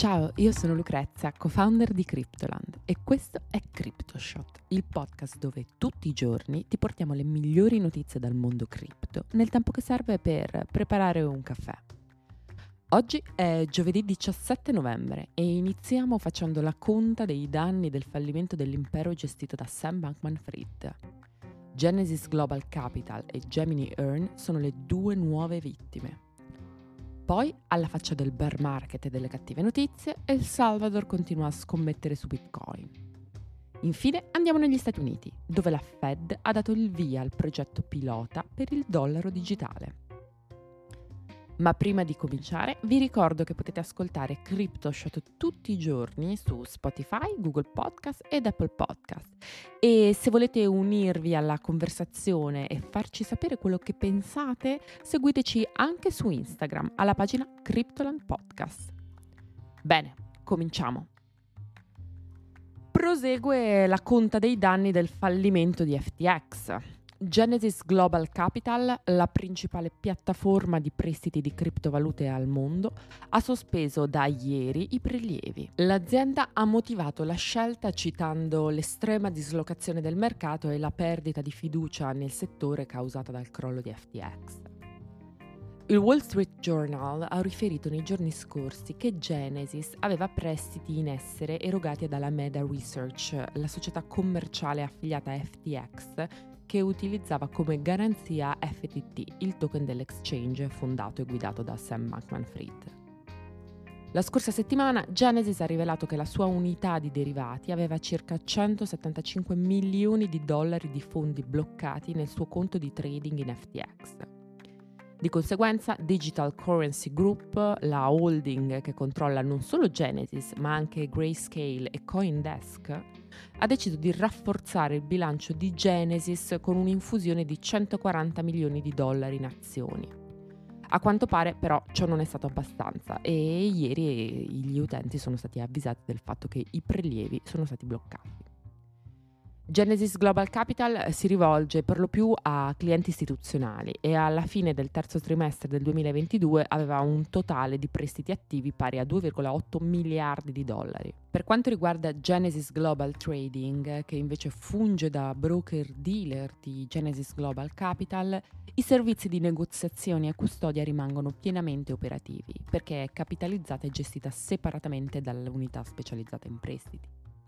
Ciao, io sono Lucrezia, co-founder di Cryptoland e questo è CryptoShot, il podcast dove tutti i giorni ti portiamo le migliori notizie dal mondo cripto nel tempo che serve per preparare un caffè. Oggi è giovedì 17 novembre e iniziamo facendo la conta dei danni del fallimento dell'impero gestito da Sam Bankman-Fried. Genesis Global Capital e Gemini Earn sono le due nuove vittime. Poi, alla faccia del bear market e delle cattive notizie, El Salvador continua a scommettere su Bitcoin. Infine andiamo negli Stati Uniti, dove la Fed ha dato il via al progetto pilota per il dollaro digitale. Ma prima di cominciare vi ricordo che potete ascoltare CryptoShot tutti i giorni su Spotify, Google Podcast ed Apple Podcast. E se volete unirvi alla conversazione e farci sapere quello che pensate, seguiteci anche su Instagram alla pagina Cryptoland Podcast. Bene, cominciamo. Prosegue la conta dei danni del fallimento di FTX. Genesis Global Capital, la principale piattaforma di prestiti di criptovalute al mondo, ha sospeso da ieri i prelievi. L'azienda ha motivato la scelta citando l'estrema dislocazione del mercato e la perdita di fiducia nel settore causata dal crollo di FTX. Il Wall Street Journal ha riferito nei giorni scorsi che Genesis aveva prestiti in essere erogati dalla Meta Research, la società commerciale affiliata a FTX, che utilizzava come garanzia FTT, il token dell'exchange fondato e guidato da Sam Bankman-Fried. La scorsa settimana Genesis ha rivelato che la sua unità di derivati aveva circa 175 milioni di dollari di fondi bloccati nel suo conto di trading in FTX. Di conseguenza, Digital Currency Group, la holding che controlla non solo Genesis ma anche Grayscale e CoinDesk, ha deciso di rafforzare il bilancio di Genesis con un'infusione di 140 milioni di dollari in azioni. A quanto pare però ciò non è stato abbastanza e ieri gli utenti sono stati avvisati del fatto che i prelievi sono stati bloccati. Genesis Global Capital si rivolge per lo più a clienti istituzionali e alla fine del terzo trimestre del 2022 aveva un totale di prestiti attivi pari a 2,8 miliardi di dollari. Per quanto riguarda Genesis Global Trading, che invece funge da broker-dealer di Genesis Global Capital, i servizi di negoziazione e custodia rimangono pienamente operativi perché è capitalizzata e gestita separatamente dall'unità specializzata in prestiti.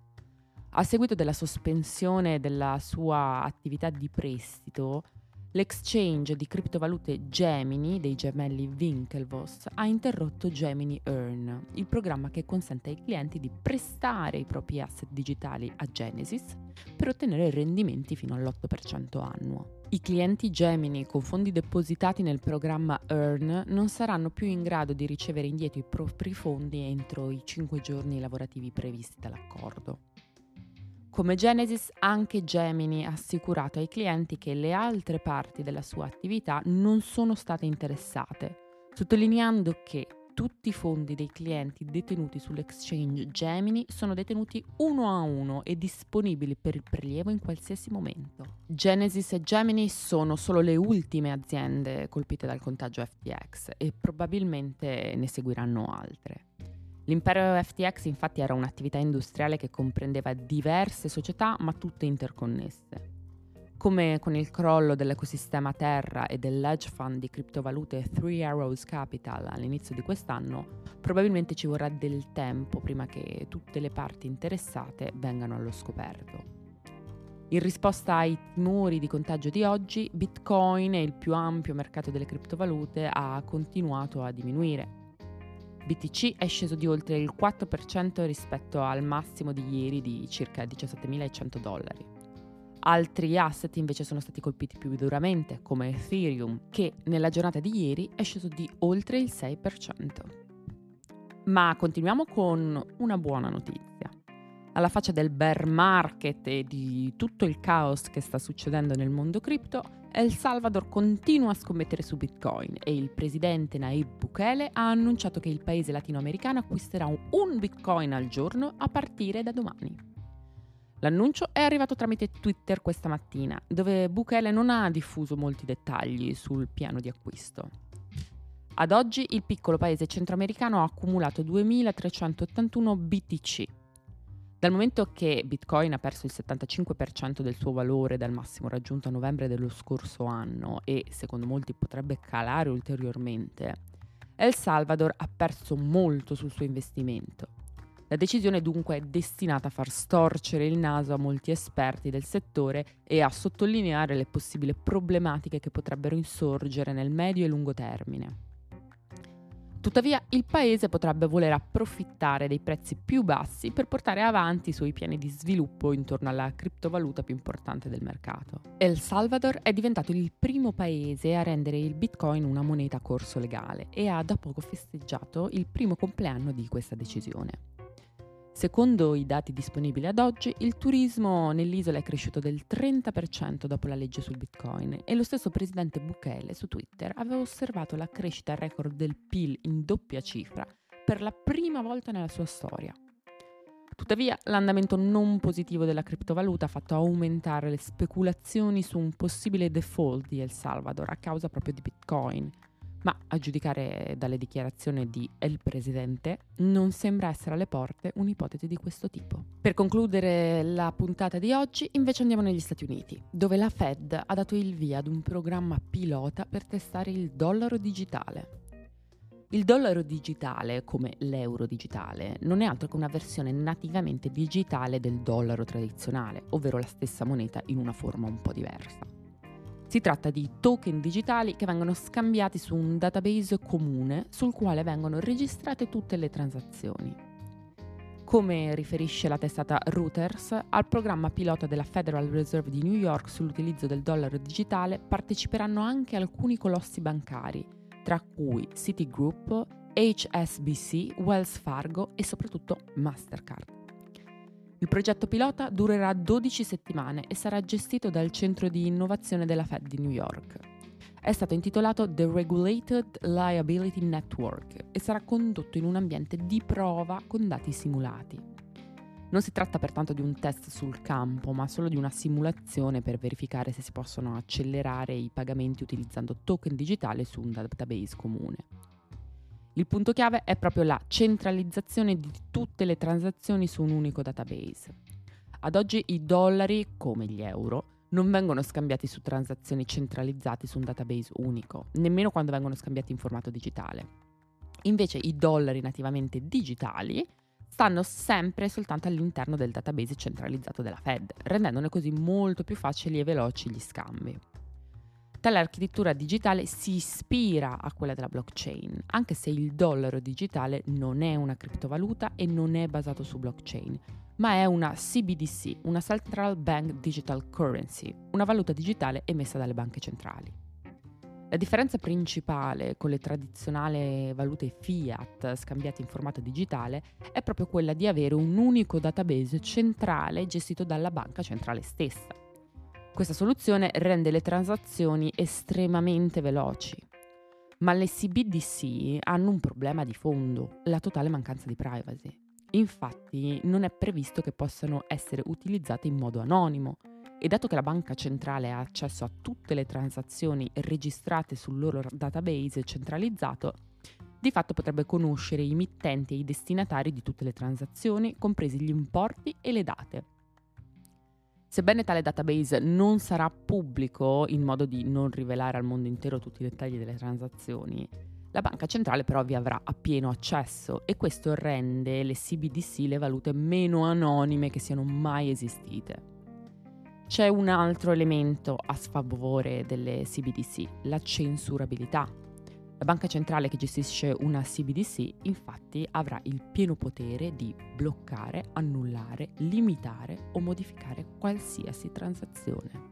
A seguito della sospensione della sua attività di prestito, l'exchange di criptovalute Gemini dei gemelli Winklevoss ha interrotto Gemini Earn, il programma che consente ai clienti di prestare i propri asset digitali a Genesis per ottenere rendimenti fino all'8% annuo. I clienti Gemini con fondi depositati nel programma Earn non saranno più in grado di ricevere indietro i propri fondi entro i 5 giorni lavorativi previsti dall'accordo. Come Genesis, anche Gemini ha assicurato ai clienti che le altre parti della sua attività non sono state interessate, sottolineando che tutti i fondi dei clienti detenuti sull'exchange Gemini sono detenuti uno a uno e disponibili per il prelievo in qualsiasi momento. Genesis e Gemini sono solo le ultime aziende colpite dal contagio FTX e probabilmente ne seguiranno altre. L'impero FTX infatti era un'attività industriale che comprendeva diverse società ma tutte interconnesse. Come con il crollo dell'ecosistema Terra e dell'hedge fund di criptovalute Three Arrows Capital all'inizio di quest'anno, probabilmente ci vorrà del tempo prima che tutte le parti interessate vengano allo scoperto. In risposta ai timori di contagio di oggi, Bitcoin e il più ampio mercato delle criptovalute ha continuato a diminuire. BTC è sceso di oltre il 4% rispetto al massimo di ieri di circa 17.100 dollari. Altri asset invece sono stati colpiti più duramente, come Ethereum, che nella giornata di ieri è sceso di oltre il 6%. Ma continuiamo con una buona notizia. Alla faccia del bear market e di tutto il caos che sta succedendo nel mondo cripto, El Salvador continua a scommettere su Bitcoin e il presidente Nayib Bukele ha annunciato che il paese latinoamericano acquisterà un Bitcoin al giorno a partire da domani. L'annuncio è arrivato tramite Twitter questa mattina, dove Bukele non ha diffuso molti dettagli sul piano di acquisto. Ad oggi il piccolo paese centroamericano ha accumulato 2.381 BTC. Dal momento che Bitcoin ha perso il 75% del suo valore dal massimo raggiunto a novembre dello scorso anno e, secondo molti, potrebbe calare ulteriormente, El Salvador ha perso molto sul suo investimento. La decisione dunque è destinata a far storcere il naso a molti esperti del settore e a sottolineare le possibili problematiche che potrebbero insorgere nel medio e lungo termine. Tuttavia, il paese potrebbe voler approfittare dei prezzi più bassi per portare avanti i suoi piani di sviluppo intorno alla criptovaluta più importante del mercato. El Salvador è diventato il primo paese a rendere il Bitcoin una moneta a corso legale e ha da poco festeggiato il primo compleanno di questa decisione. Secondo i dati disponibili ad oggi, il turismo nell'isola è cresciuto del 30% dopo la legge sul Bitcoin e lo stesso presidente Bukele su Twitter aveva osservato la crescita record del PIL in doppia cifra per la prima volta nella sua storia. Tuttavia, l'andamento non positivo della criptovaluta ha fatto aumentare le speculazioni su un possibile default di El Salvador a causa proprio di Bitcoin. Ma a giudicare dalle dichiarazioni di El Presidente, non sembra essere alle porte un'ipotesi di questo tipo. Per concludere la puntata di oggi, invece andiamo negli Stati Uniti, dove la Fed ha dato il via ad un programma pilota per testare il dollaro digitale. Il dollaro digitale, come l'euro digitale, non è altro che una versione nativamente digitale del dollaro tradizionale, ovvero la stessa moneta in una forma un po' diversa. Si tratta di token digitali che vengono scambiati su un database comune sul quale vengono registrate tutte le transazioni. Come riferisce la testata Reuters, al programma pilota della Federal Reserve di New York sull'utilizzo del dollaro digitale parteciperanno anche alcuni colossi bancari, tra cui Citigroup, HSBC, Wells Fargo e soprattutto Mastercard. Il progetto pilota durerà 12 settimane e sarà gestito dal centro di innovazione della Fed di New York. È stato intitolato The Regulated Liability Network e sarà condotto in un ambiente di prova con dati simulati. Non si tratta pertanto di un test sul campo, ma solo di una simulazione per verificare se si possono accelerare i pagamenti utilizzando token digitali su un database comune. Il punto chiave è proprio la centralizzazione di tutte le transazioni su un unico database. Ad oggi i dollari, come gli euro, non vengono scambiati su transazioni centralizzate su un database unico, nemmeno quando vengono scambiati in formato digitale. Invece i dollari nativamente digitali stanno sempre e soltanto all'interno del database centralizzato della Fed, rendendone così molto più facili e veloci gli scambi. Tale architettura digitale si ispira a quella della blockchain, anche se il dollaro digitale non è una criptovaluta e non è basato su blockchain, ma è una CBDC, una Central Bank Digital Currency, una valuta digitale emessa dalle banche centrali. La differenza principale con le tradizionali valute fiat scambiate in formato digitale è proprio quella di avere un unico database centrale gestito dalla banca centrale stessa. Questa soluzione rende le transazioni estremamente veloci, ma le CBDC hanno un problema di fondo, la totale mancanza di privacy. Infatti non è previsto che possano essere utilizzate in modo anonimo e dato che la banca centrale ha accesso a tutte le transazioni registrate sul loro database centralizzato, di fatto potrebbe conoscere i mittenti e i destinatari di tutte le transazioni, compresi gli importi e le date. Sebbene tale database non sarà pubblico in modo di non rivelare al mondo intero tutti i dettagli delle transazioni, la banca centrale però vi avrà a pieno accesso e questo rende le CBDC le valute meno anonime che siano mai esistite. C'è un altro elemento a sfavore delle CBDC, la censurabilità. La banca centrale che gestisce una CBDC infatti avrà il pieno potere di bloccare, annullare, limitare o modificare qualsiasi transazione.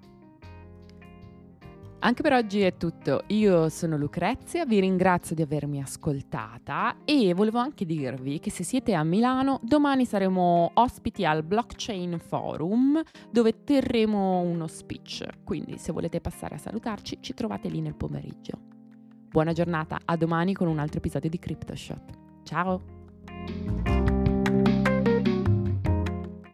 Anche per oggi è tutto, io sono Lucrezia, vi ringrazio di avermi ascoltata e volevo anche dirvi che se siete a Milano domani saremo ospiti al Blockchain Forum dove terremo uno speech, quindi se volete passare a salutarci ci trovate lì nel pomeriggio. Buona giornata, a domani con un altro episodio di CryptoShot. Ciao!